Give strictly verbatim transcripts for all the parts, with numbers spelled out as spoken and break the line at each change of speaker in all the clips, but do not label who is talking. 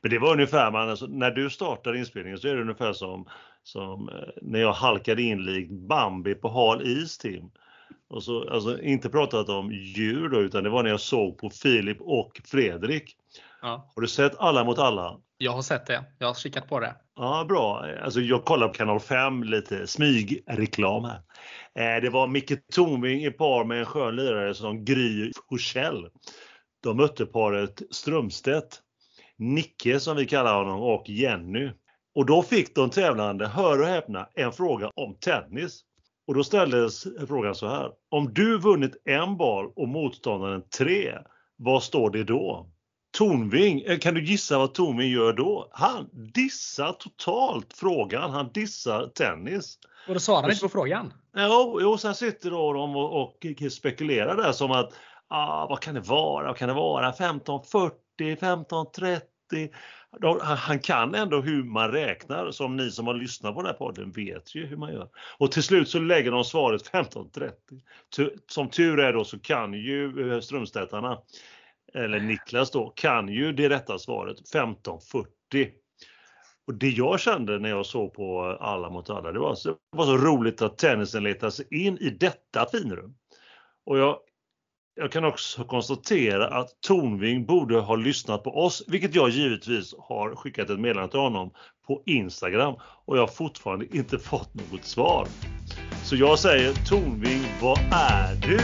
Men det var ungefär, man, alltså, när du startar inspelningen så är det ungefär som, som eh, när jag halkade in likt Bambi på hal is, Tim. Och så, alltså, inte pratat om djur då, utan det var när jag såg på Filip och Fredrik.
Ja.
Har du sett Alla mot alla?
Jag har sett det. Jag har kikat på det.
Ja, bra. Alltså, jag kollar på kanal fem, lite smygreklam här. Eh, det var Micke Tornving i par med en skön lirare som Gry Forssell. De mötte paret Strömstedt, Nicke som vi kallar honom, och Jenny. Och då fick de tävlande, hör och häpna, en fråga om tennis. Och då ställdes frågan så här: om du vunnit en boll och motståndaren tre, vad står det då? Tornving, kan du gissa vad Tornving gör då? Han dissar totalt frågan, han dissar tennis.
Och då svarar inte på frågan?
Jo, jo, sen sitter då de och, och spekulerar där som att, ah, vad kan det vara? Vad kan det vara? femton fyrtio, femton trettio. Då, han kan ändå hur man räknar, som ni som har lyssnat på den här podden vet ju hur man gör. Och till slut så lägger de svaret femton trettio. Som tur är då så kan ju Strömstedtarna, eller Niklas då, kan ju det rätta svaret femton fyrtio. Och det jag kände när jag såg på Alla mot alla, det var så, det var så roligt att tennisen letade sig in i detta finrum. Och jag, jag kan också konstatera att Tornving borde ha lyssnat på oss, vilket jag givetvis har skickat ett meddelande till honom på Instagram, och jag har fortfarande inte fått något svar. Så jag säger, Tornving, vad är du?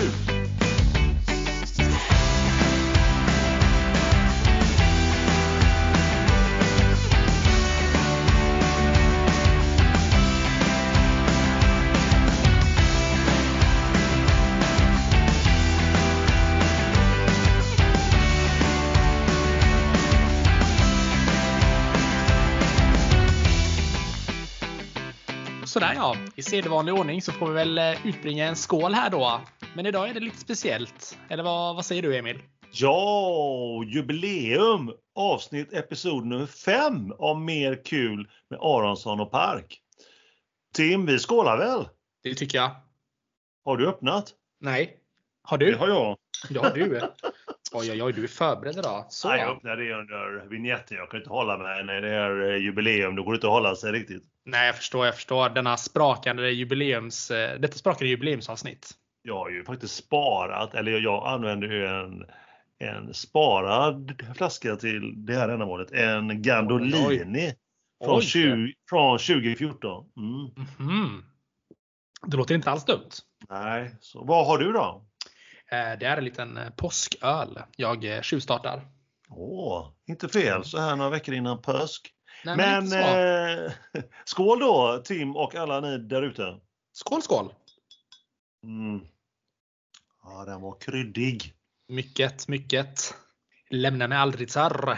Sådär ja, i sedvanlig ordning så får vi väl utbringa en skål här då. Men idag är det lite speciellt. Eller vad, vad säger du, Emil?
Ja, jubileum! Avsnitt episod nummer fem av Mer kul med Aronsson och Park. Tim, vi skålar väl?
Det tycker jag.
Har du öppnat?
Nej. Har du?
Det har jag.
Ja, du. Oj, oj, oj, du är förberedd idag. Så.
Nej, jag öppnade det under vignetten. Jag kan inte hålla mig när det är jubileum. Då går det inte att hålla sig riktigt.
Nej, jag förstår, jag förstår. Denna sprakande jubileums, detta sprakande jubileumsavsnitt.
Jag har ju faktiskt sparat, eller jag använder ju en, en sparad flaska till det här ändamålet. En Gandolini från, tjugo, från tjugo fjorton. Mm.
Mm-hmm. Det låter inte alls dumt.
Nej, så vad har du då?
Det är en liten påsköl jag tjuvstartar.
Åh, inte fel så här några veckor innan påsk.
Nej,
men
men
eh, skål då, Tim och alla ni där ute.
Skål, skål.
Mm. Ja, den var kryddig.
Mycket, mycket. Lämna mig aldrig tsarr.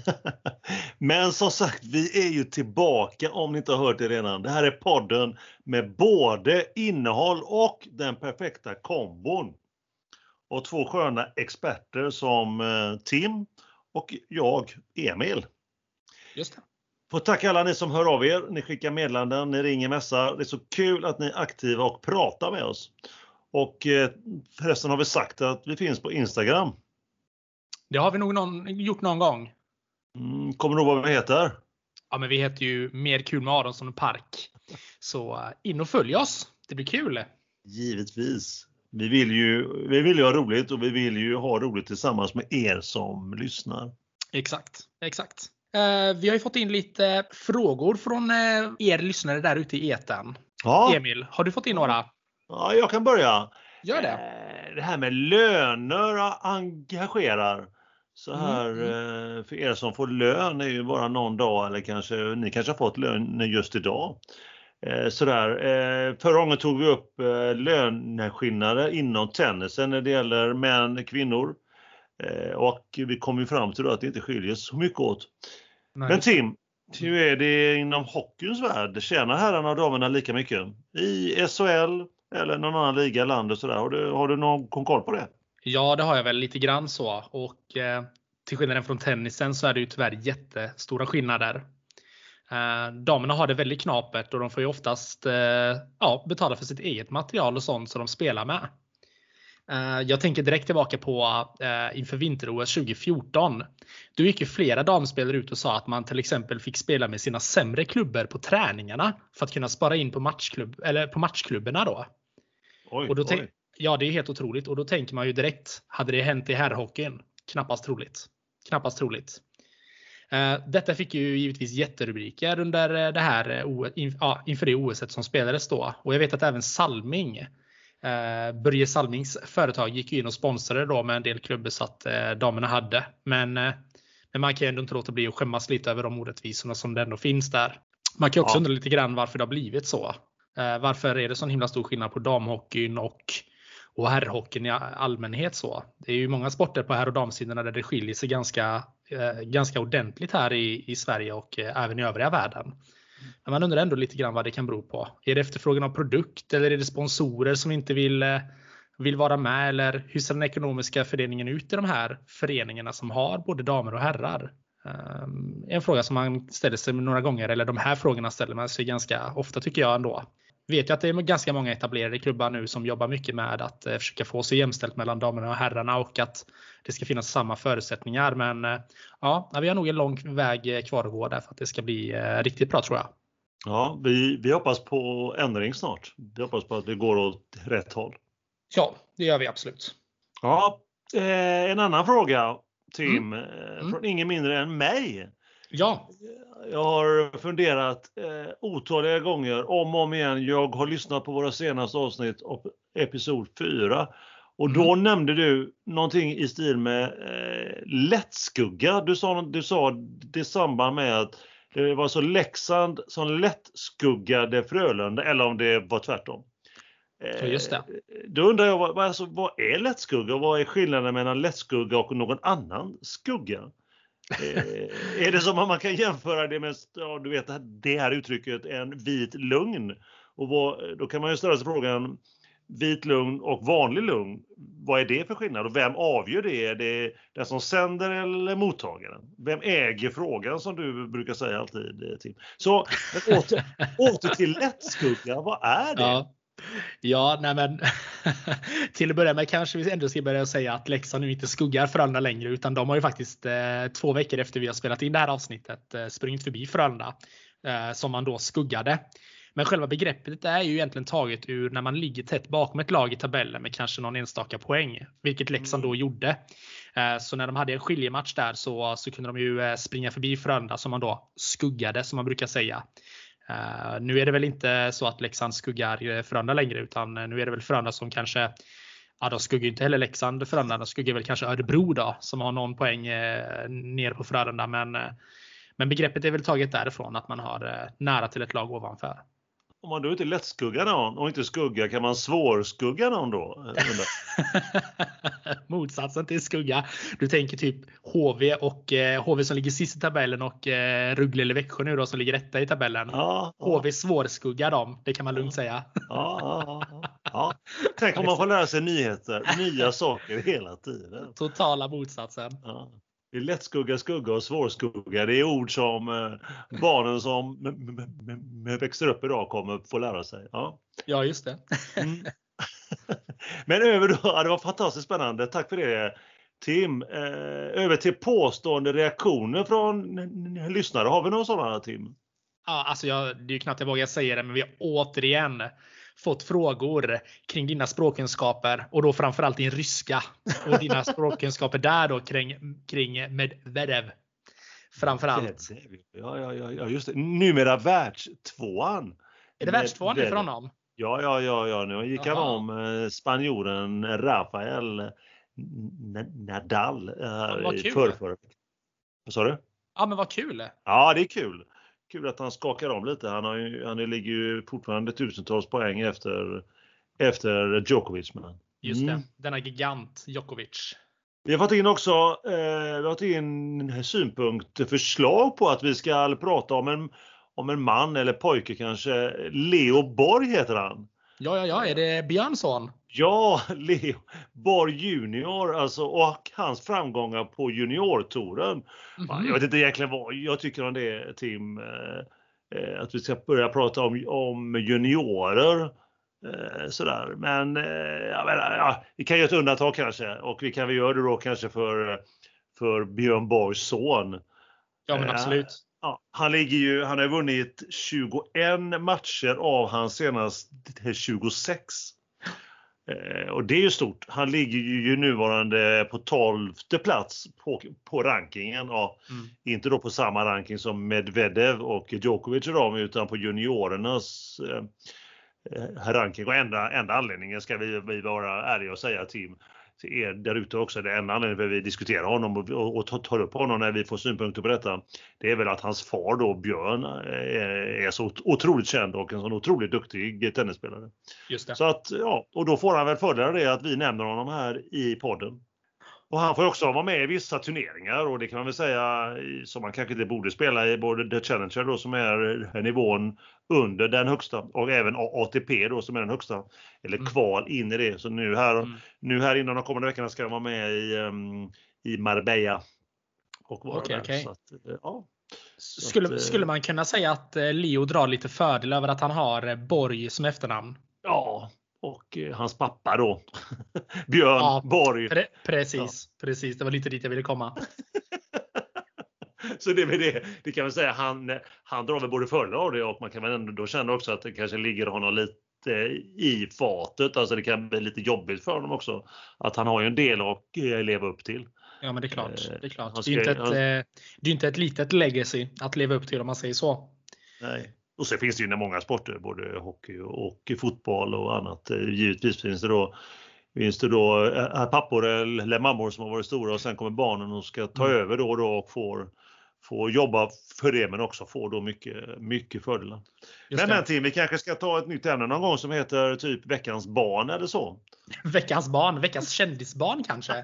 Men som sagt, vi är ju tillbaka om ni inte har hört det redan. Det här är podden med både innehåll och den perfekta kombon. Och två sköna experter som eh, Tim och jag, Emil.
Just det.
Får tacka alla ni som hör av er. Ni skickar meddelanden, ni ringer, mässar. Det är så kul att ni är aktiva och pratar med oss. Och eh, förresten har vi sagt att vi finns på Instagram.
Det har vi nog någon, gjort någon gång.
Mm, kommer du ihåg vad vi heter?
Ja, men vi heter ju Mer kul med Aronsson och Park. Så in och följ oss. Det blir kul.
Givetvis. Vi vill ju, vi vill ju ha roligt och vi vill ju ha roligt tillsammans med er som lyssnar.
Exakt, exakt. Uh, vi har ju fått in lite frågor från uh, er lyssnare där ute i etern.
Ja.
Emil, har du fått in några?
Ja, jag kan börja.
Gör det.
Uh, det här med löner engagerar. Så här,
mm, mm.
Uh, för er som får lön är ju bara någon dag, eller kanske ni kanske har fått lön just idag. Eh, sådär. Eh, förra gången tog vi upp eh, löneskillnader inom tennisen när det gäller män och kvinnor. Eh, och vi kom ju fram till att det inte skiljer så mycket åt. Nej. Men Tim, hur är det inom hockeyns värld? Tjänar herrarna och damerna lika mycket? I S H L eller någon annan liga i landet? Sådär. Har, du, har du någon koll på det?
Ja, det har jag väl lite grann så. Och eh, till skillnaden från tennisen så är det ju tyvärr jättestora skillnader. Eh, damerna har det väldigt knapert och de får ju oftast eh, ja, betala för sitt eget material och sånt som de spelar med. Jag tänker direkt tillbaka på uh, inför vinter-O S tjugo fjorton. Då gick ju flera damspelare ut och sa att man till exempel fick spela med sina sämre klubbar på träningarna för att kunna spara in på matchklubb eller på matchklubbarna då.
Oj,
och då
oj.
Ja, det är helt otroligt. Och då tänker man ju direkt, hade det hänt i herrhockeyn? Knappast troligt. Knappast troligt. Uh, detta fick ju givetvis jätterubriker under det här uh, in, uh, inför det O S som spelades då. Och jag vet att även Salming, uh, Börje Salmings företag, gick ju in och sponsrade då med en del klubbar så att uh, damerna hade. Men, uh, men man kan ju ändå inte låta bli att skämmas lite över de orättvisorna som det ändå finns där. Man kan också ja. undra lite grann varför det har blivit så. Uh, varför är det så himla stor skillnad på damhockeyn och och herrhockeyn i allmänhet så. Det är ju många sporter på herr- och damsidorna där det skiljer sig ganska, eh, ganska ordentligt här i, i Sverige och eh, även i övriga världen. Men man undrar ändå lite grann vad det kan bero på. Är det efterfrågan av produkt eller är det sponsorer som inte vill, eh, vill vara med? Eller hur ser den ekonomiska fördelningen ut i de här föreningarna som har både damer och herrar? Um, en fråga som man ställer sig några gånger, eller de här frågorna ställer man sig ganska ofta tycker jag ändå. Vet jag att det är ganska många etablerade klubbar nu som jobbar mycket med att eh, försöka få sig jämställt mellan damerna och herrarna och att det ska finnas samma förutsättningar. Men eh, ja, vi har nog en lång väg kvar att gå där för att det ska bli eh, riktigt bra tror jag.
Ja, vi, vi hoppas på ändring snart. Vi hoppas på att det går åt rätt håll.
Ja, det gör vi absolut.
Ja, eh, en annan fråga, Tim,
Mm. Mm.
från ingen mindre än mig.
Ja.
Jag har funderat eh, otaliga gånger om och om igen. Jag har lyssnat på våra senaste avsnitt av episod fyra. Och då mm. nämnde du någonting i stil med eh, lättskugga. Du sa, du sa det i samband med att det var så Leksand som lättskuggade Frölunda, eller om det var tvärtom.
Ja, just det.
Då undrar jag, vad, alltså, vad är lättskugga och vad är skillnaden mellan lättskugga och någon annan skugga? eh, är det som att man kan jämföra det med, ja, du vet, det här uttrycket, en vit lugn? Och vad, då kan man ju ställa sig frågan, vit lugn och vanlig lugn, vad är det för skillnad? Och vem avgör det? Är det den som sänder eller mottagaren? Vem äger frågan, som du brukar säga alltid, Tim? Så åter, åter till lättskugga, vad är det?
Ja. Ja, nej men till att börja med kanske vi ändå ska börja säga att Leksand nu inte skuggar Frölunda längre, utan de har ju faktiskt eh, två veckor efter vi har spelat in det här avsnittet eh, sprungit förbi Frölunda eh, som man då skuggade. Men själva begreppet är ju egentligen taget ur när man ligger tätt bakom ett lag i tabellen med kanske någon enstaka poäng, vilket Leksand då gjorde. Eh, så när de hade en skiljematch där så, så kunde de ju eh, springa förbi Frölunda som man då skuggade, som man brukar säga. Uh, nu är det väl inte så att Leksand skuggar Frölunda längre, utan nu är det väl Frölunda som kanske, ja, de skuggar inte heller Leksand Frölunda, de skuggar väl kanske Örebro då, som har någon poäng uh, ner på Frölunda, men, uh, men begreppet är väl taget därifrån att man har uh, nära till ett lag ovanför.
Om man då inte lätt skuggar någon och inte skugga, kan man svårskugga någon då?
Motsatsen till skugga. Du tänker typ H V och eh, H V som ligger sist i tabellen och eh, Rögle eller Växjö nu då som ligger etta i tabellen. Ja, ja. H V svårskuggar dem, det kan man lugnt säga.
Ja, ja, ja, ja. Tänk om man får lära sig nyheter, nya saker hela tiden.
Totala motsatsen.
Ja. Det är lättskugga, skugga och svårskugga. Det är ord som eh, barnen som m- m- m- växer upp idag kommer få lära sig. Ja,
ja just det.
Mm. Men över då, ja, det var fantastiskt spännande. Tack för det, Tim. Eh, över till påstående reaktioner från n- n- lyssnare. Har vi någon sådana, Tim?
Ja, alltså jag, det är ju knappt jag vågar säga det, men vi har återigen fått frågor kring dina språkkunskaper och då framförallt din ryska och dina språkkunskaper där då kring, kring Medvedev. Framförallt.
Ja, ja, ja, ja, just det. Numera världstvåan.
Är det världstvåan nu för honom?
Ja, ja, ja, ja. Nu gick han om eh, spanjoren Rafael N- Nadal eh, i förrförra. Vad sa du?
Ja, men vad kul.
Ja, det är kul. Kul att han skakar om lite. Han, har ju, han ligger ju fortfarande tusentals poäng efter, efter Djokovic. Men.
Just det, mm. Denna gigant Djokovic.
Vi har fått in också eh, vi har fått in synpunkt, förslag på att vi ska prata om en, om en man eller pojke kanske. Leo Borg heter han.
Ja, ja, ja. Är det Björnsson?
Ja, Leo Borg junior, alltså, och hans framgångar på juniortouren. Mm-hmm. Jag vet inte egentligen vad jag tycker om det, Tim. Eh, att vi ska börja prata om, om juniorer. Eh, sådär. Men eh, jag menar, ja, vi kan göra ett undantag kanske. Och vi kan väl göra det då kanske för, för Björn Borgs son.
Ja, men
Eh,
absolut.
ja, han ligger ju, han har vunnit tjugoen matcher av hans senaste tjugosex. Eh, och det är ju stort. Han ligger ju nuvarande på tolfte plats på, på rankingen. Ja,
Mm.
Inte då på samma ranking som Medvedev och Djokovic idag, utan på juniorernas eh, ranking. Och enda, enda anledningen ska vi, vi vara ärliga och säga, Tim, till er där ute också, det enda anledningen för att vi diskuterar honom och, och, och tar upp honom när vi får synpunkter på detta, det är väl att hans far då, Björn, är, är så otroligt känd och en så otroligt duktig tennisspelare.
Just det.
Så att, ja, och då får han väl fördela det att vi nämner honom här i podden. Och han får också vara med i vissa turneringar, och det kan man väl säga som man kanske inte borde spela i, både The Challenger då, som är nivån under den högsta, och även A T P då, som är den högsta, eller
Mm.
kval in i det. Så nu här,
Mm.
nu här inom de kommande veckorna ska han vara med i, um, i Marbella och vara
Okej,
där.
okej.
Så att, ja. Så
Skulle,
att,
skulle man kunna säga att eh, Leo drar lite fördel över att han har eh, Borg som efternamn?
Ja, och eh, hans pappa då, Björn
Ja,
Borg.
Pre- precis, ja. precis. Det var lite dit jag ville komma.
Så det är det, det kan man säga, han, han drar väl både fördel av det, och man kan väl ändå då känna också att det kanske ligger honom lite i fatet. Alltså det kan bli lite jobbigt för honom också, att han har ju en del att leva upp till.
Ja, men det är klart. Det är, klart.
Han
Det är, inte, ett,
han,
det är inte ett litet legacy att leva upp till, om man säger så.
Nej. Och så finns det ju många sporter, både hockey och fotboll och annat. Givetvis finns det då Finns det då äh, pappor eller mammor som har varit stora, och sen kommer barnen och ska ta mm. över då och då och får, får jobba för det, men också får då mycket, mycket fördelar. Men, men Tim, vi kanske ska ta ett nytt ämne någon gång som heter typ veckans barn eller så.
Veckans barn, veckans kändisbarn kanske.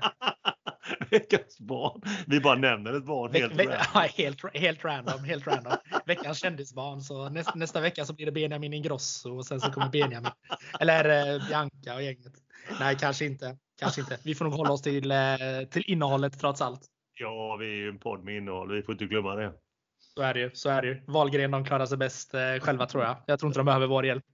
Veckans barn. Vi bara nämner ett barn
Ve-
helt,
ve-
random.
Ja, helt, helt random. Helt random. Veckans kändisbarn. Så nästa, nästa vecka så blir det Benjamin Ingrosso, och sen så kommer Benjamin. Eller eh, Bianca och gänget. Nej, kanske inte. Kanske inte. Vi får nog hålla oss till, eh, till innehållet trots allt.
Ja, vi är ju en podd med innehåll. Vi får inte glömma det.
Så är det ju. Så är det ju. Wahlgren, de klarar sig bäst eh, själva, tror jag. Jag tror inte de behöver vår hjälp.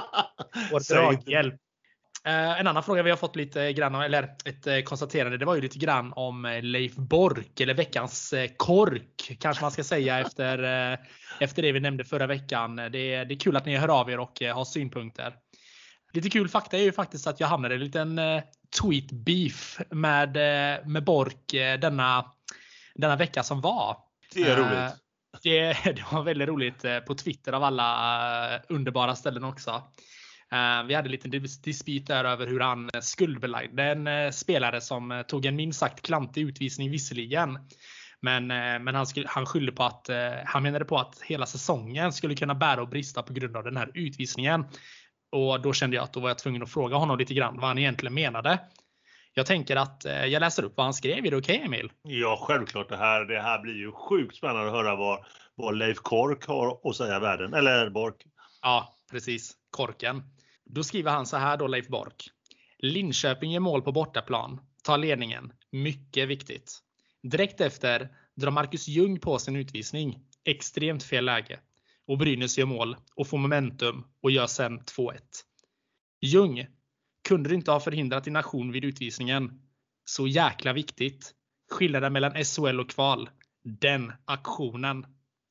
Vår draghjälp. Uh, en annan fråga vi har fått lite grann, eller ett uh, konstaterande, det var ju lite grann om uh, Leif Bork, eller veckans uh, kork kanske man ska säga efter, uh, efter det vi nämnde förra veckan. Det, det är kul att ni hör av er och uh, har synpunkter. Lite kul fakta är ju faktiskt att jag hamnade i en liten uh, tweet beef med, uh, med Bork uh, denna, denna vecka som var.
Det är
uh,
roligt.
Det, det var väldigt roligt uh, på Twitter av alla uh, underbara ställen också. Uh, vi hade en liten dispyt där över hur han skuldbelagde en uh, spelare som uh, tog en minst sagt klantig utvisning visserligen. Men, uh, men han, skulle, han skyllde på att uh, han menade på att hela säsongen skulle kunna bära och brista på grund av den här utvisningen. Och då kände jag att då var jag tvungen att fråga honom lite grann vad han egentligen menade. Jag tänker att uh, jag läser upp vad han skrev. Är det okej, Emil?
Ja, självklart. Det här, det här blir ju sjukt spännande att höra vad, vad Leif Kork har att säga världen. Eller Bork.
Ja, precis. Korken. Då skriver han så här då, Leif Bork. Linköping ger mål på bortaplan. Tar ledningen. Mycket viktigt. Direkt efter drar Marcus Ljung på sin utvisning. Extremt fel läge. Och Brynäs gör mål och får momentum och gör sen två ett. Ljung, kunde du inte ha förhindrat din aktion vid utvisningen? Så jäkla viktigt. Skillnaden mellan S H L och kval. Den aktionen.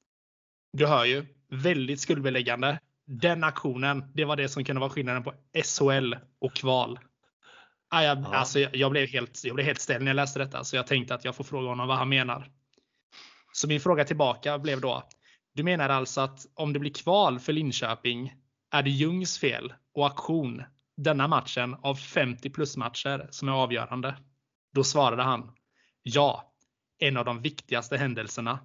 Du hör ju. Väldigt skuldbeläggande. Den aktionen, det var det som kunde vara skillnaden på S H L och kval. Ah, jag, ja. alltså, jag, jag, blev helt, jag blev helt ställd när jag läste detta. Så jag tänkte att jag får fråga honom vad han menar. Så min fråga tillbaka blev då. Du menar alltså att om det blir kval för Linköping är det Ljungs fel och aktion denna matchen av femtio plus matcher som är avgörande? Då svarade han. Ja, en av de viktigaste händelserna.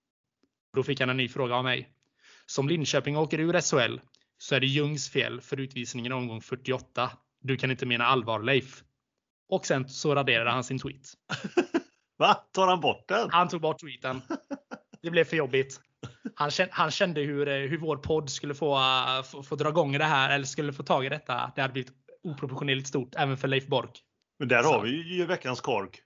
Då fick han en ny fråga av mig. Som Linköping åker ur S H L så är det Ljungs fel för utvisningen omgång fyrtioåtta. Du kan inte mena allvar, Leif. Och sen så raderade han sin tweet.
Va? Tar han bort den?
Han tog bort tweeten. Det blev för jobbigt. Han kände, han kände hur, hur vår podd skulle få, få, få dra igång det här, eller skulle få tag i detta. Det hade blivit oproportionerligt stort även för Leif Bork.
Men där
så.
har vi ju veckans kork.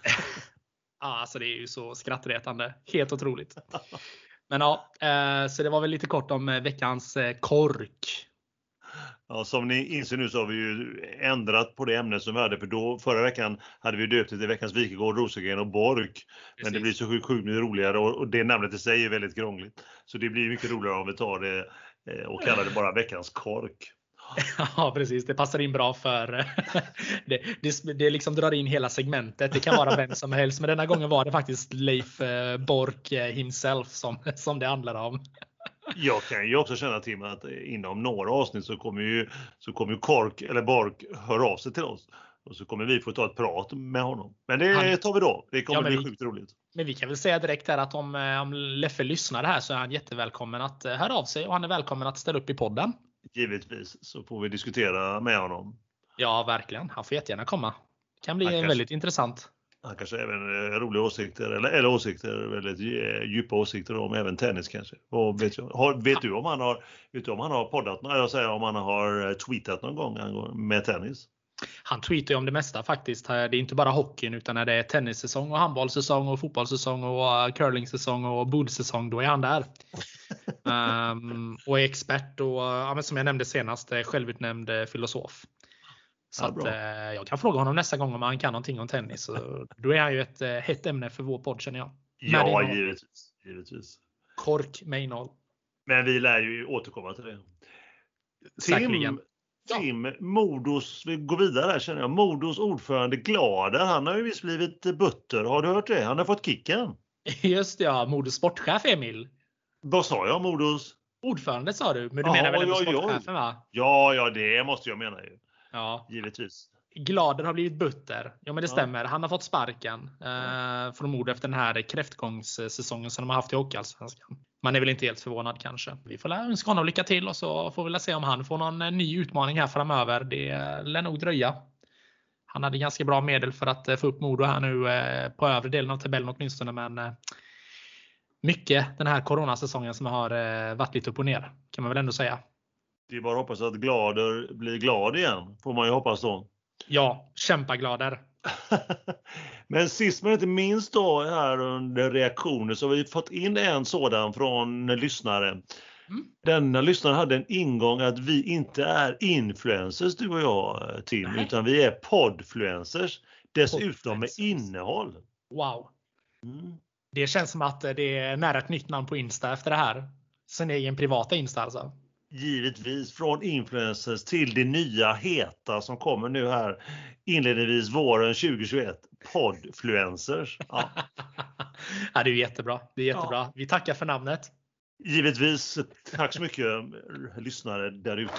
Ja, alltså det är ju så skrattretande. Helt otroligt. Men ja, så det var väl lite kort om veckans kork.
Ja, som ni inser nu så har vi ju ändrat på det ämnet som vi hade, för då förra veckan hade vi döpt det till veckans Wikegård, Rosengren och Bork. Precis. Men det blir så sjukt sjuk mycket roligare och, och det namnet i sig är väldigt krångligt. Så det blir mycket roligare om vi tar det eh, och kallar det bara veckans Kork.
Ja, precis. Det passar in bra för det, det, det liksom drar in hela segmentet. Det kan vara vem som helst, men denna gången var det faktiskt Leif eh, Bork eh, himself som, som det handlar om.
Jag kan ju också känna till mig att inom några avsnitt så kommer ju, så kommer ju Kork eller Bork höra av sig till oss. Och så kommer vi få ta ett prat med honom. Men det han, tar vi då. Det kommer ja, bli vi, sjukt roligt.
Men vi kan väl säga direkt här att om, om Leffe lyssnar här så är han jättevälkommen att höra av sig. Och han är välkommen att ställa upp i podden.
Givetvis så får vi diskutera med honom.
Ja, verkligen. Han får jättegärna komma. Det kan bli han väldigt kanske, intressant.
Han kanske även roliga åsikter eller, eller åsikter, väldigt djupa åsikter om även tennis kanske. Och vet, jag, har, vet du om han har vet du om han har poddat, jag säger om han har tweetat någon gång med tennis?
Han tweetar ju om det mesta faktiskt. Det är inte bara hockeyn utan när det är tennissäsong och handbollssäsong och fotbollssäsong och curlingsäsong och bodsäsong, då är han där. um, och är expert och ja, som jag nämnde senast, självutnämnd filosof. Så ja, att, eh, jag kan fråga honom nästa gång om han kan någonting om tennis. Så då är han ju ett eh, hett ämne för vår podd, känner jag.
Ja, givetvis, givetvis.
Kork med innehåll.
Men vi lär ju återkomma till det.
Säkerligen.
Tim, Tim, Modos, vi går vidare här känner jag. Modos ordförande Glader, han har ju visst blivit butter. Har du hört det? Han har fått kicken.
Just det, ja. Modos sportchef, Emil.
Vad sa jag, Modos?
Ordförande sa du, men du ja, menar väl ändå sportchefen, va?
Ja, ja, det måste jag mena ju.
Ja.
Givetvis.
Glader har blivit butter. Ja, men det stämmer. Han har fått sparken eh, från Modo efter den här kräftgångssäsongen som de har haft i Hockeyallsvenskan. Man är väl inte helt förvånad kanske. Vi får önska honom lycka till och så får vi väl se om han får någon ny utmaning här framöver. Det lär nog dröja. Han hade ganska bra medel för att få upp Modo här nu eh, på övre delen av tabellen åtminstone, men eh, mycket den här coronasäsongen som har eh, varit lite upp och ner, kan man väl ändå säga.
Det är bara att hoppas att Glader blir glad igen, får man ju hoppas då.
Ja, kämpa Glader.
Men sist men inte minst då här under reaktioner så har vi fått in en sådan från lyssnare. Mm. Denna lyssnare hade en ingång att vi inte är influencers, du och jag, Tim, Nej. utan vi är podfluencers. Dessutom med innehåll.
Wow. Mm. Det känns som att det är nära ett nytt namn på Insta efter det här. Sin egen privata Insta alltså.
Givetvis från influencers till det nya heta som kommer nu här inledningsvis våren tjugohundratjugoett. Podfluencers. Ja.
Ja, det är jättebra. Det är jättebra. Ja. Vi tackar för namnet.
Givetvis. Tack så mycket lyssnare där ute.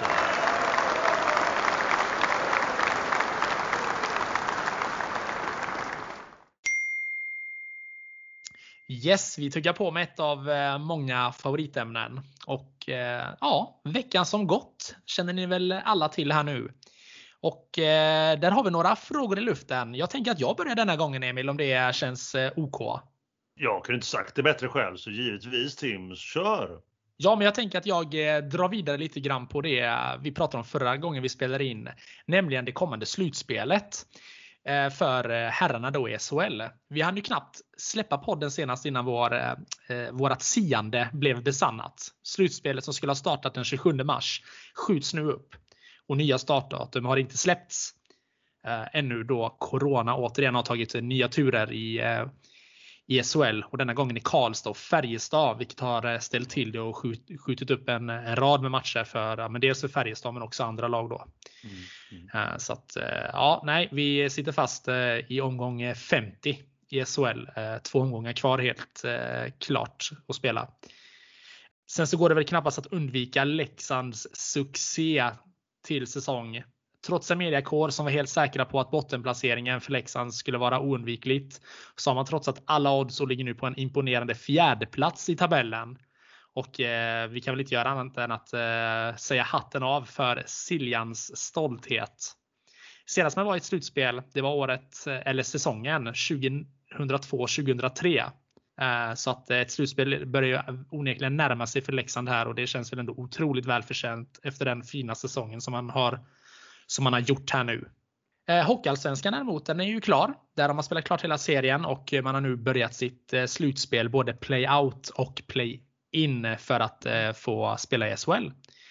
Yes, vi tuggar på med ett av många favoritämnen. Och ja, veckan som gått känner ni väl alla till här nu. Och eh, där har vi några frågor i luften. Jag tänker att jag börjar denna gången, Emil, om det känns eh, OK.
Jag kunde inte sagt det bättre själv, så givetvis Tim, kör!
Ja, men jag tänker att jag eh, drar vidare lite grann på det vi pratade om förra gången vi spelade in. Nämligen det kommande slutspelet eh, för eh, herrarna då i S H L. Vi hann ju knappt släppa podden senast innan vår, eh, vårat siande blev besannat. Slutspelet som skulle ha startat den tjugosjunde mars skjuts nu upp. Och nya startdatum har inte släppts eh, ännu då corona återigen har tagit nya turer i, eh, i S H L. Och denna gången i Karlstad och Färjestad, vilket har eh, ställt till det och skjut, skjutit upp en, en rad med matcher för ja, men dels för Färjestad men också andra lag då. Mm, mm. Eh, så att eh, ja, nej, vi sitter fast eh, i omgång femtio i S H L. Eh, två omgångar kvar helt eh, klart att spela. Sen så går det väl knappast att undvika Leksands succé till säsong. Trots en mediakår som var helt säkra på att bottenplaceringen för Leksand skulle vara oundvikligt, så har man trotsat alla odds och ligger nu på en imponerande fjärde plats i tabellen. Och eh, vi kan väl inte göra annat än att eh, säga hatten av för Siljans stolthet. Senast man var i ett slutspel, det var året eller säsongen tjugohundratvå tjugohundratre. Så att ett slutspel börjar onekligen närma sig för Leksand här, och det känns väl ändå otroligt välförtjänt efter den fina säsongen som man har, som man har gjort här nu. Hockeyallsvenskan däremot, den är ju klar. Där har man spelat klart hela serien och man har nu börjat sitt slutspel, både play-out och play-in, för att få spela i S H L.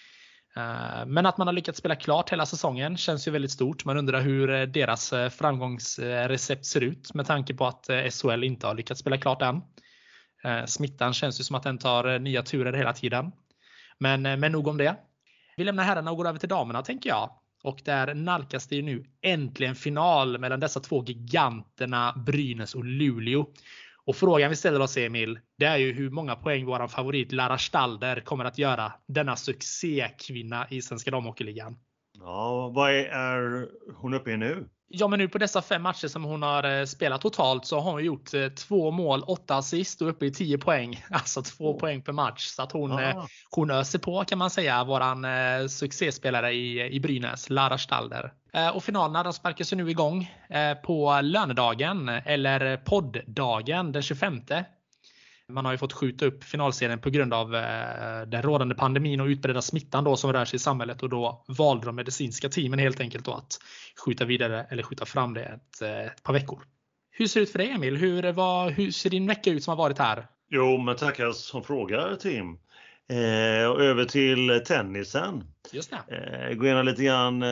Men att man har lyckats spela klart hela säsongen känns ju väldigt stort. Man undrar hur deras framgångsrecept ser ut med tanke på att S H L inte har lyckats spela klart än. Smittan känns ju som att den tar nya turer hela tiden. Men, men nog om det. Vi lämnar herrarna och går över till damerna, tänker jag. Och där nalkas det ju nu äntligen final mellan dessa två giganterna Brynäs och Luleå. Och frågan vi ställer oss, Emil, det är ju hur många poäng vår favorit Lara Stalder kommer att göra. Denna succékvinna i Svenska Damhockeyligan.
Ja, vad är, är hon uppe i nu?
Ja, men nu på dessa fem matcher som hon har spelat totalt så har hon gjort två mål, åtta assist och uppe i tio poäng. Alltså två oh. poäng per match. Så att hon, ah. hon öser på, kan man säga, våran eh, succéspelare i, i Brynäs, Lara Stalder. Eh, och finalerna de sparkas ju nu igång eh, på lönedagen eller podddagen den tjugofemte. Man har ju fått skjuta upp finalserien på grund av eh, den rådande pandemin och utbredda smittan då som rör sig i samhället. Och då valde de medicinska teamen helt enkelt då att skjuta vidare eller skjuta fram det ett, ett par veckor. Hur ser det ut för dig, Emil? Hur, vad, hur ser din vecka ut som har varit här?
Jo, men tackar som frågar, Tim. Eh, och över till tennisen.
Just det.
Eh, gå igenom lite grann. Det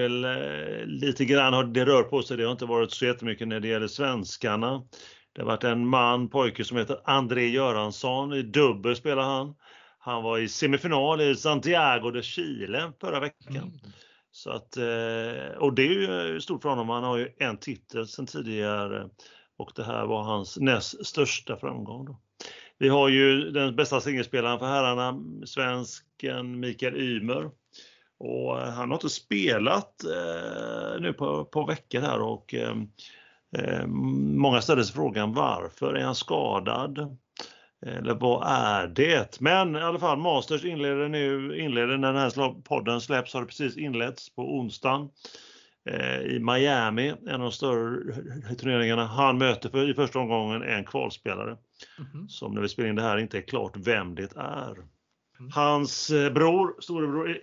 är lite grann har det rör på sig. Det har inte varit så jättemycket när det gäller svenskarna. Det har varit en man, pojke som heter André Göransson. I dubbel spelar han. Han var i semifinal i Santiago de Chile förra veckan. Mm. Så att, och det är ju stort för honom. Han har ju en titel sedan tidigare. Och det här var hans näst största framgång då. Vi har ju den bästa singelspelaren för herrarna, svensken Mikael Ymer. Och han har inte spelat eh, nu på, på veckor här och eh, eh, många ställer sig frågan varför är han skadad? Eller vad är det? Men i alla fall Masters inleder nu, inleder när den här podden släpps har det precis inletts på onsdagen eh, i Miami, en av de större turneringarna. Han möter för i första omgången en kvalspelare. Mm-hmm. Som när vi spelar in det här inte är klart vem det är. Mm. Hans bror, storebror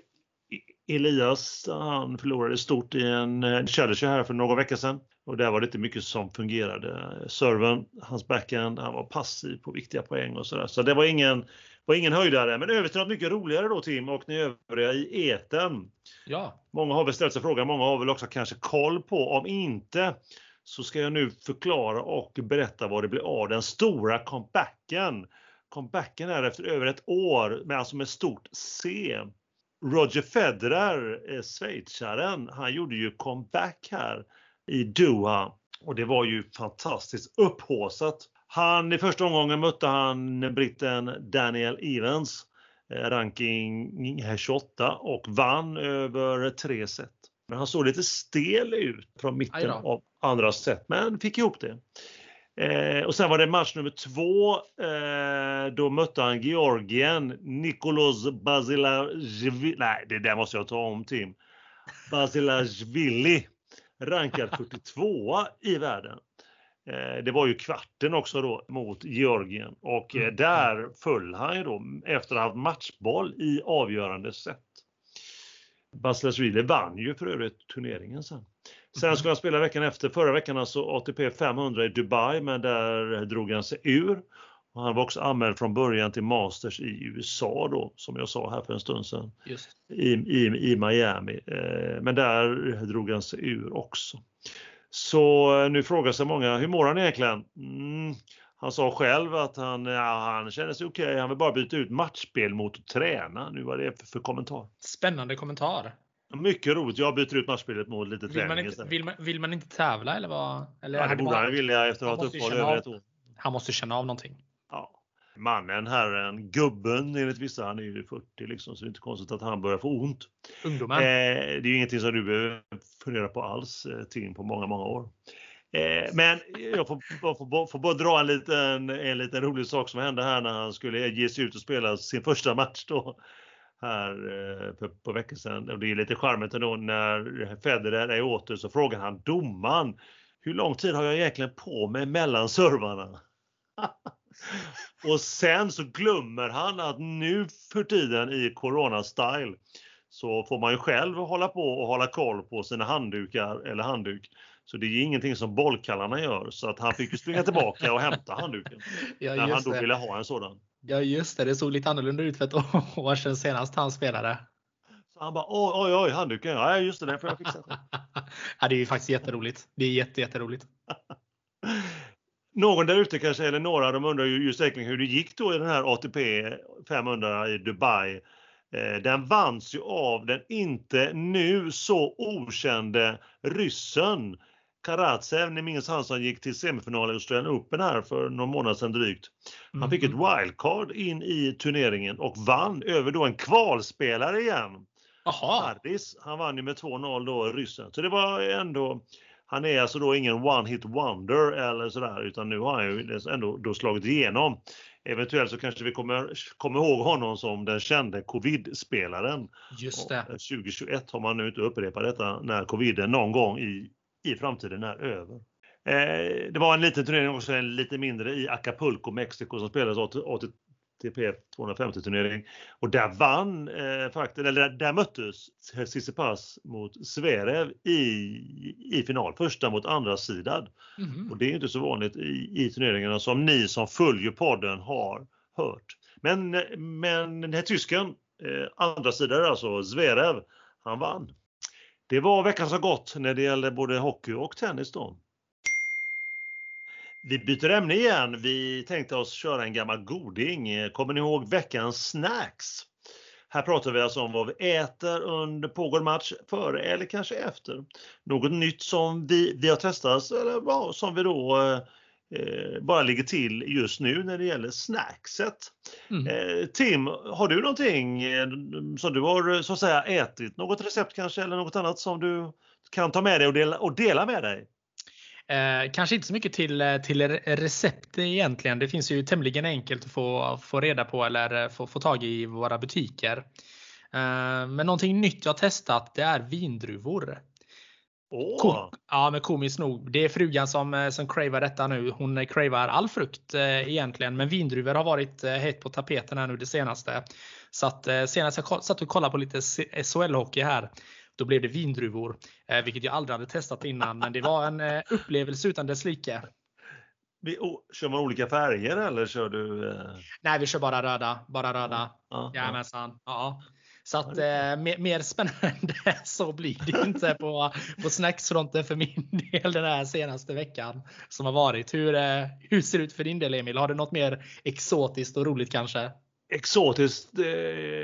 Elias, han förlorade stort i en Challenger här för några veckor sedan. Och där var det inte mycket som fungerade. Serven, hans backhand, han var passiv på viktiga poäng och sådär. Så det var ingen, var ingen höjdare. Men över till något mycket roligare då, Tim, och ni övriga i eten.
Ja.
Många har väl ställt sig frågan, många har väl också kanske koll på. Om inte så ska jag nu förklara och berätta vad det blir av den stora comebacken. Comebacken är efter över ett år, med alltså med stort C. Roger Federer, schweizaren, han gjorde ju comeback här i Doha och det var ju fantastiskt upphaussat. Han i första omgången mötte han britten Daniel Evans, ranking tjugoåtta, och vann över tre set. Men han såg lite stel ut från mitten av andra set, men fick ihop det. Eh, och sen var det match nummer två, eh, då mötte han Georgien, Nicolas Basilashvili, nej det där måste jag ta om Tim, Basilashvili, rankad fyrtiotvå i världen. Eh, det var ju kvarten också då mot Georgien och eh, där föll han ju då efter att ha haft matchboll i avgörande set. Basilashvili vann ju för övrigt turneringen sen. Sen ska han spela veckan efter, förra veckan alltså A T P femhundra i Dubai, men där drog han sig ur. Och han var också anmäld från början till Masters i U S A då, som jag sa här för en stund sedan. Just. I, i, i Miami. Eh, men där drog han sig ur också. Så nu frågar sig många, hur mår han egentligen? Mm, han sa själv att han, ja, han känner sig okej, okay. Han vill bara byta ut matchspel mot att träna. Nu var det för, för kommentar.
Spännande kommentar.
Mycket roligt. Jag byter ut matchspelet mot lite
vill
träning
man inte,
istället.
Vill man, vill man inte tävla eller vad? Eller
ja, det borde han vilja efter att ha haft uppehåll över ett år.
Han måste känna av någonting.
Ja. Mannen, herren, gubben enligt vissa, han är ju fyrtio liksom, så det är inte konstigt att han börjar få ont.
Ungdomen.
Eh, det är ju ingenting som du behöver fundera på alls eh, till på många, många år. Eh, men jag får, jag får, får bara dra en liten, en liten rolig sak som hände här när han skulle ge sig ut och spela sin första match då. Här på, på veckan sedan. Och det är lite charmigt ändå när Federer är åter så frågar han domaren, hur lång tid har jag egentligen på mig mellan servarna? Och sen så glömmer han att nu för tiden i corona-style så får man ju själv hålla på och hålla koll på sina handdukar eller handduk. Så det är ingenting som bollkallarna gör, så att han fick ju springa tillbaka och hämta handduken. Ja, när han då det. ville ha en sådan.
Ja just det, det såg lite annorlunda ut för ett år sedan senast han spelade.
Så han bara, oj, oj, oj, handduken. Ja, just det, den får jag fixa.
Ja, det är ju faktiskt jätteroligt. Det är jätte, jätteroligt.
Någon där ute kanske, eller några, de undrar ju just egentligen hur det gick då i den här A T P femhundra i Dubai. Den vanns ju av den inte nu så okände ryssen Karatsev. Ni minns han som gick till semifinal i Australian Open här för någon månad sedan drygt. Han fick ett wildcard in i turneringen och vann över då en kvalspelare igen.
Jaha.
Harris, han vann ju med två noll då, ryssen. Så det var ändå, han är alltså då ingen one hit wonder eller sådär, utan nu har han ju ändå då slagit igenom. Eventuellt så kanske vi kommer, kommer ihåg honom som den kände covid-spelaren.
Just det.
Och tjugohundratjugoett har man nu inte upprepat detta när coviden någon gång i, i framtiden är över. Eh, det var en liten turnering också, en lite mindre i Acapulco, Mexiko, som spelades A T P tvåhundrafemtio-turnering. Och där vann eh, faktiskt, eller där, där möttes Tsitsipas mot Zverev i, i final. Första mot andra sidan. Mm. Och det är inte så vanligt i, i turneringarna som ni som följer podden har hört. Men, men den här tysken, eh, andra sidan alltså, Zverev, han vann. Det var veckan som gått när det gäller både hockey och tennis då. Vi byter ämne igen. Vi tänkte oss köra en gammal goding. Kommer ni ihåg veckans snacks? Här pratar vi alltså om vad vi äter under pågående match, före eller kanske efter. Något nytt som vi, vi har testat eller ja, som vi då eh, bara ligger till just nu när det gäller snackset. Mm. Eh, Tim, har du någonting eh, som du har så att säga ätit? Något recept kanske eller något annat som du kan ta med dig och dela, och dela med dig?
Eh, kanske inte så mycket till, till recept egentligen. Det finns ju tämligen enkelt att få, få reda på eller få, få tag i våra butiker. Eh, men någonting nytt jag har testat, det är vindruvor.
Oh.
Kom, ja, men komiskt nog. Det är frugan som, som cravar detta nu. Hon cravar all frukt eh, egentligen. Men vindruvor har varit eh, hett på tapeten här nu det senaste. Så att eh, senast jag satt och kollade på lite S H L-hockey här. Då blev det vindruvor, eh, vilket jag aldrig hade testat innan. Men det var en eh, upplevelse utan dess like.
Vi, oh, kör man olika färger eller kör du? Eh...
Nej, vi kör bara röda. Bara röda.
Ja,
Jajamensan. Ja. Så att eh, mer, mer spännande så blir det inte på, på snacksfronten för min del den här senaste veckan som har varit. Hur, eh, hur ser det ut för din del, Emil? Har du något mer exotiskt och roligt kanske?
Exotiskt? Eh,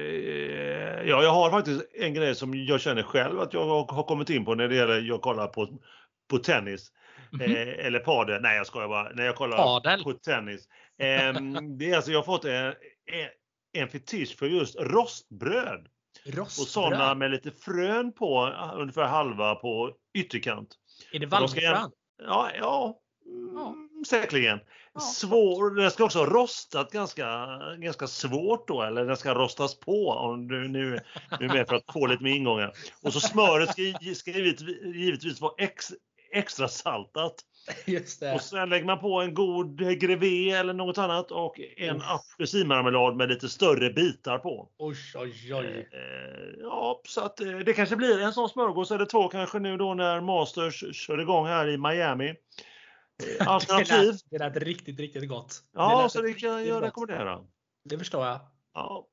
ja, jag har faktiskt en grej som jag känner själv att jag har kommit in på när det gäller jag kollar på, på tennis. Mm-hmm. Eh, eller padel. Nej, jag skojar bara. När jag kollar padel. På tennis. Eh, det är alltså, jag har fått en, en, en fetisch för just rostbröd.
Rostbröd?
Och sådana med lite frön på, ungefär halva på ytterkant.
Är det valmfrön?
Ja, ja. Ja. Säkerligen. Ja, svår, det ska också ha rostat ganska, ganska svårt då, eller det ska rostas på om du nu, nu är med för att få lite med ingångar. Och så smöret ska, ska givetvis, givetvis vara ex, extra saltat.
Just det.
Och sen lägger man på en god grevé eller något annat och en apelsinmarmelad med lite större bitar på.
Oj, oj, oj.
Eh, ja, så att det kanske blir en sån smörgås eller två kanske nu då när Masters kör igång här i Miami. Alternativ.
Det lät riktigt, riktigt gott.
Ja, det så det kan jag rekommendera.
Det förstår jag.
Ja.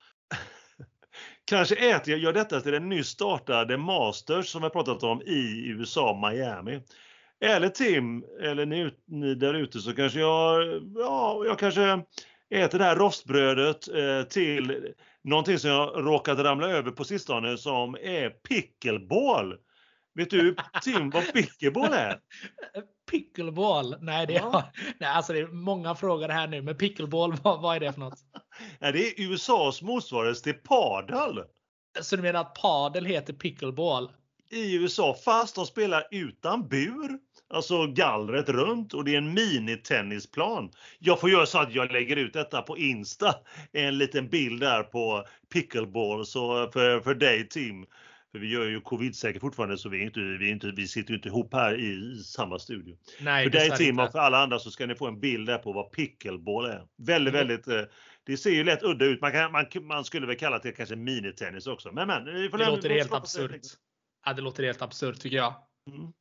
Kanske äter jag gör detta till den nyss startade Masters som jag pratat om i U S A, Miami. Eller Tim, eller ni, ni där ute så kanske jag, ja, jag kanske äter det här rostbrödet eh, till någonting som jag råkat ramla över på sistone som är pickleball. Vet du, Tim, vad pickleball är?
Pickleball? Nej, det är, ja. nej, alltså det är många frågor här nu. Men pickleball, vad, vad är det för något?
Ja, det är U S A:s motsvarighet till padel.
Så du menar att padel heter pickleball?
I U S A, fast de spelar utan bur. Alltså gallret runt och det är en minitennisplan. Jag får göra så att jag lägger ut detta på Insta. En liten bild där på pickleball så för, för dig, Tim. För vi gör ju covid-säkert fortfarande så vi, är inte, vi, är inte, vi sitter ju inte ihop här i samma studio.
Nej,
för dig, Tim, och för alla andra så ska ni få en bild där på vad pickleball är. Väldigt, mm. väldigt... Det ser ju lätt udda ut. Man, kan, man, man skulle väl kalla det kanske minitennis också. Men, men,
det låter helt absurt. Ja, det låter helt absurt tycker jag.
Mm.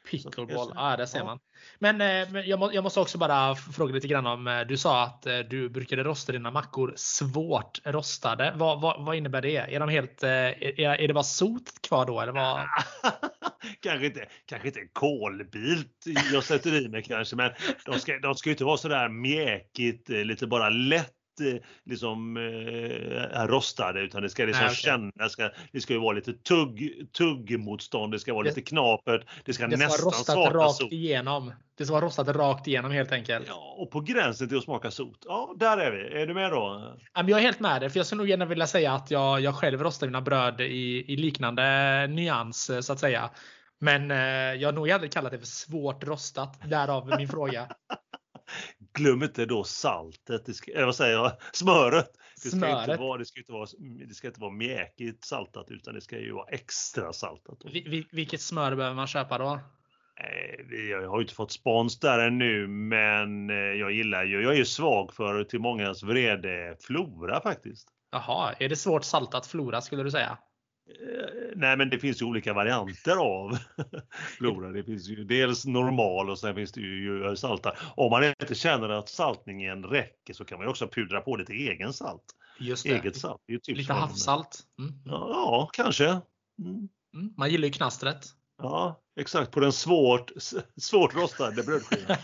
Pickleball, ja ah, det ser ja. man. Men eh, jag, må, jag måste också bara fråga lite grann om, du sa att eh, du brukade rosta dina mackor svårt rostade. Vad, vad, vad innebär det? Är de helt, eh, är, är det bara sot kvar då? Eller vad?
kanske, inte, kanske inte en kolbit jag sätter i mig kanske, men de ska, de ska ju inte vara sådär mjäkigt, lite bara lätt liksom eh, rostade, utan det ska liksom Nej, okay. kännas, ska, det ska ju vara lite tugg, tuggmotstånd, det ska vara det, lite knapert, det ska
det
nästan
ska rostat
smaka
rakt
sot.
igenom. Det ska vara rostat rakt igenom helt enkelt.
Ja, och på gränsen till att smaka sot. Ja, där är vi. Är du med då?
Jag är helt med det, för jag skulle nog gärna vilja säga att jag, jag själv rostar mina bröd i, i liknande nyans så att säga. Men eh, jag har nog aldrig kallat det för svårt rostat, därav min fråga.
Glöm inte då saltet, det ska, vad säger jag, smöret. Det ska
smöret.
inte vara, det ska inte vara, det ska inte vara mjäkigt saltat, utan det ska ju vara extra saltat.
Vil, vilket smör behöver man köpa då?
Eh, jag har ju inte fått spons där ännu, men jag gillar ju, jag är ju svag för till mångas vrede Flora faktiskt.
Jaha, är det svårt saltat Flora skulle du säga?
Nej, men det finns ju olika varianter av Flora. Det finns ju dels normal och sen finns det ju salta. Om man inte känner att saltningen räcker så kan man ju också pudra på lite egen salt.
Just det.
Eget salt. Det är ju typ
lite havssalt. Mm.
Ja, ja, kanske. Mm.
Mm. Man gillar ju knastret.
Ja, exakt. På den svårt, svårt rostade brödskivan.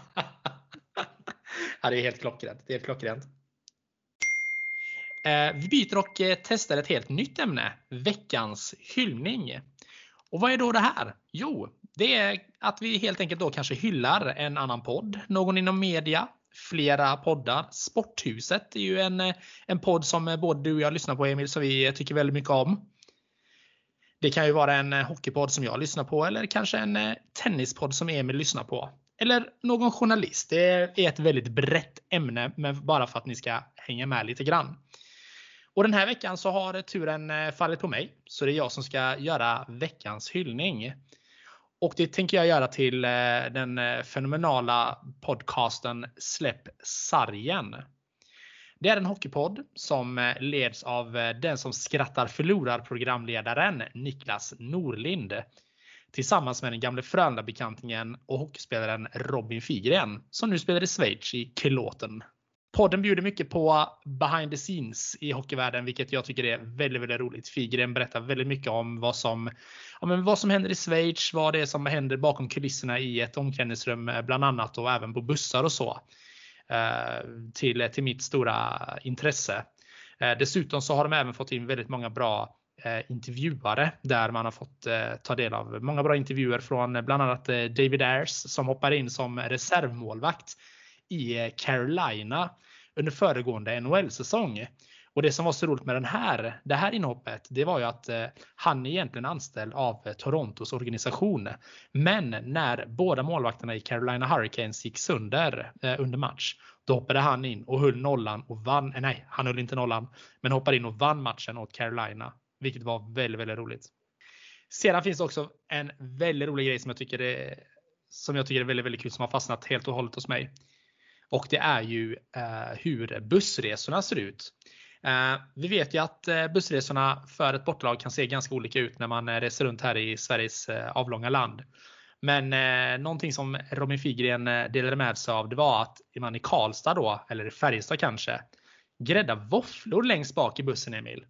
Ja, det är helt klockrent. Det är helt klockrent. Vi byter och testar ett helt nytt ämne. Veckans hyllning. Och vad är då det här? Jo, det är att vi helt enkelt då kanske hyllar en annan podd. Någon inom media. Flera poddar. Sporthuset är ju en, en podd som både du och jag lyssnar på, Emil, så vi tycker väldigt mycket om. Det kan ju vara en hockeypodd som jag lyssnar på. Eller kanske en tennispodd som Emil lyssnar på. Eller någon journalist. Det är ett väldigt brett ämne. Men bara för att ni ska hänga med lite grann. Och den här veckan så har turen fallit på mig. Så det är jag som ska göra veckans hyllning. Och det tänker jag göra till den fenomenala podcasten Släpp sargen. Det är en hockeypodd som leds av den som skrattar förlorar programledaren Niklas Norlind. Tillsammans med den gamla Frölunda-bekantingen och hockeyspelaren Robin Figren som nu spelar i Schweiz i Kloten. Podden bjuder mycket på behind the scenes i hockeyvärlden, vilket jag tycker är väldigt, väldigt roligt. Figren berättar väldigt mycket om vad som, ja, men vad som händer i Schweiz, vad det är som händer bakom kulisserna i ett omklädningsrum bland annat och även på bussar och så. Till, till mitt stora intresse. Dessutom så har de även fått in väldigt många bra intervjuare där man har fått ta del av många bra intervjuer från bland annat David Ayres som hoppar in som reservmålvakt i Carolina under föregående N H L-säsong. Och det som var så roligt med den här, det här inhoppet, det var ju att eh, han är egentligen anställd av eh, Torontos organisation. Men när båda målvakterna i Carolina Hurricanes gick sönder eh, under match, då hoppade han in och höll nollan och vann, eh, nej han höll inte nollan, men hoppade in och vann matchen åt Carolina. Vilket var väldigt, väldigt roligt. Sedan finns det också en väldigt rolig grej som jag tycker är, som jag tycker är väldigt, väldigt kul som har fastnat helt och hållet hos mig. Och det är ju eh, hur bussresorna ser ut. Eh, vi vet ju att eh, bussresorna för ett bortalag kan se ganska olika ut när man eh, reser runt här i Sveriges eh, avlånga land. Men eh, någonting som Robin Figren eh, delade med sig av, det var att man i Karlstad då, eller i Färjestad kanske, grädda våfflor längst bak i bussen, Emil.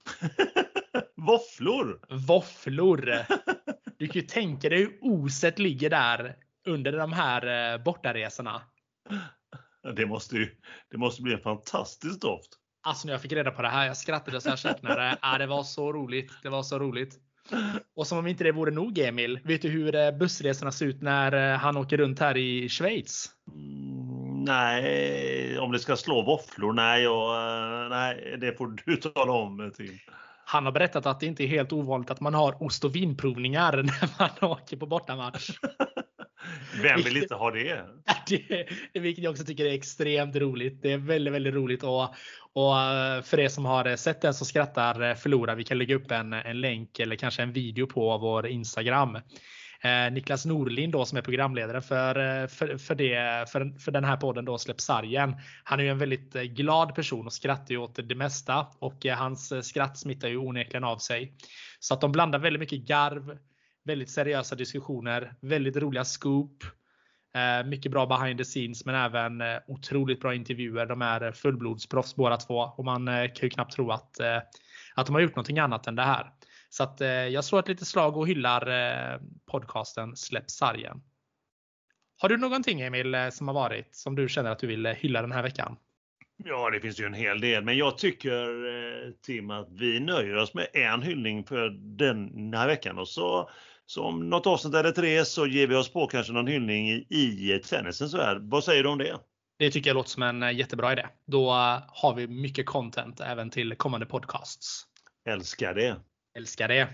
Våfflor?
Våfflor. Du kan ju tänka dig hur oset ligger där under de här eh, bortaresorna.
Det måste ju, det måste bli en fantastisk doft.
Alltså när jag fick reda på det här, jag skrattade så jag käknade. Ja, det var så roligt, det var så roligt. Och som om inte det vore nog, Emil, vet du hur bussresorna ser ut när han åker runt här i Schweiz?
Mm, nej, om det ska slå våfflor, nej, och, nej, det får du tala om till.
Han har berättat att det inte är helt ovanligt att man har ost- och vinprovningar när man åker på bortamatch.
Vem vill inte ha det?
det? Det vilket jag också tycker är extremt roligt. Det är väldigt, väldigt roligt. Och, och för er som har sett den som skrattar förlorar, vi kan lägga upp en, en länk eller kanske en video på vår Instagram. Eh, Niklas Norlind då, som är programledare för, för, för, det, för, för den här podden då, Släpp sargen. Han är ju en väldigt glad person och skrattar ju åt det mesta. Och hans skratt smittar ju onekligen av sig. Så att de blandar väldigt mycket garv, Väldigt seriösa diskussioner, väldigt roliga scoop. Eh, mycket bra behind the scenes, men även eh, otroligt bra intervjuer. De är fullblodsproffs båda två, och man eh, kan ju knappt tro att, eh, att de har gjort någonting annat än det här. Så att, eh, jag slår ett litet slag och hyllar eh, podcasten Släpp sargen. Har du någonting, Emil, eh, som har varit som du känner att du vill eh, hylla den här veckan?
Ja, det finns ju en hel del, men jag tycker eh, Tim att vi nöjer oss med en hyllning för den här veckan, och så som något avsnitt eller tre så ger vi oss på kanske någon hyllning i, i tennisens värld. Vad säger du om det?
Det tycker jag låter som en jättebra idé. Då uh, har vi mycket content även till kommande podcasts.
Älskar det.
Älskar det.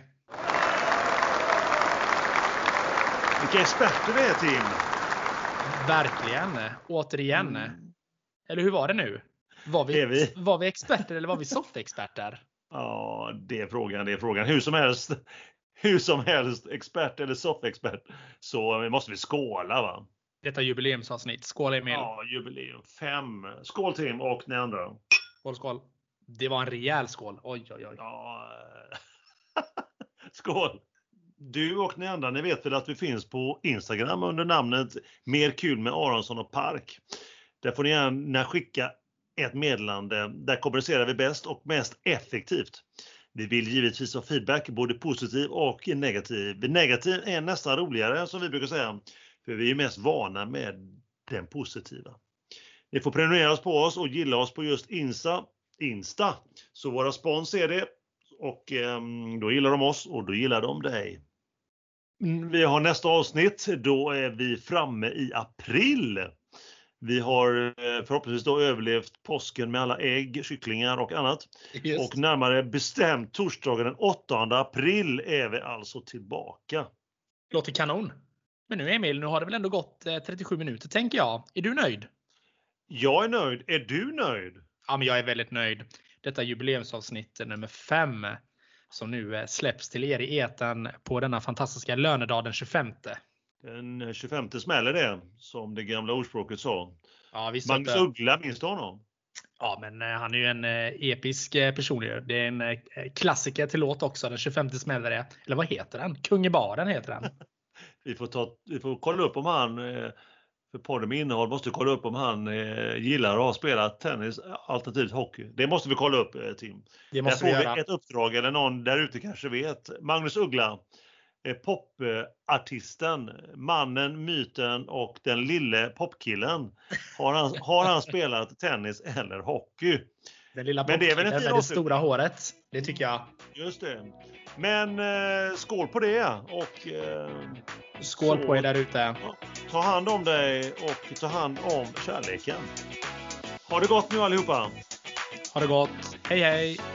Vilka experter vi är, Tim.
Verkligen. Återigen. Mm. Eller hur var det nu? Var vi,
vi?
var vi experter eller var vi soffexperter?
Ja, det är frågan. Det är frågan. Hur som helst. Hur som helst, expert eller soffexpert, så måste vi skåla, va?
Detta jubileumsavsnitt. Skål, Emil.
Ja, jubileum. Fem. Skål, Tim, och ni andra.
Skål, skål. Det var en rejäl skål. Oj, oj, oj.
Ja. Skål. Du och ni andra, ni vet väl att vi finns på Instagram under namnet Mer kul med Aronsson och Park. Där får ni gärna skicka ett meddelande. Där kommunicerar vi bäst och mest effektivt. Vi vill givetvis ha feedback, både positiv och negativ. Negativ är nästan roligare, som vi brukar säga. För vi är mest vana med den positiva. Ni får prenumerera oss på oss och gilla oss på just Insta. Insta. Så våra spons är det. Och eh, då gillar de oss och då gillar de dig. Vi har nästa avsnitt. Då är vi framme i april. Vi har förhoppningsvis då överlevt påsken med alla ägg, kycklingar och annat. Yes. Och närmare bestämt torsdagen den åttonde april är vi alltså tillbaka.
Låter kanon. Men nu, Emil, nu har det väl ändå gått trettiosju minuter, tänker jag. Är du nöjd?
Jag är nöjd. Är du nöjd?
Ja, men jag är väldigt nöjd. Detta jubileumsavsnitt nummer fem som nu släpps till er i etern på denna fantastiska lönedag den tjugofemte.
Den tjugofemte smäller det, som det gamla ordspråket sa.
Ja, visst.
Magnus Uggla, minns du honom?
Ja, men han är ju en episk person. Det är en klassiker till låt också. Den tjugofemte smäller det. Eller vad heter den? Kung i baren heter den.
vi, får ta, vi får kolla upp om han, för podden med innehåll måste kolla upp om han gillar att ha spelat tennis alternativt hockey. Det måste vi kolla upp, Tim.
Det måste vi
får
göra.
Vi ett uppdrag, eller någon där ute kanske vet. Magnus Uggla. Popartisten, mannen, myten och den lille popkillen. Har han, har han spelat tennis eller hockey?
Den lilla popkillen med det stora håret. Det tycker jag.
Just det. Men eh, skål på det. Och, eh,
skål så, på er där ute.
Ja, ta hand om dig och ta hand om kärleken. Ha det gott nu allihopa.
Ha det gott. Hej hej.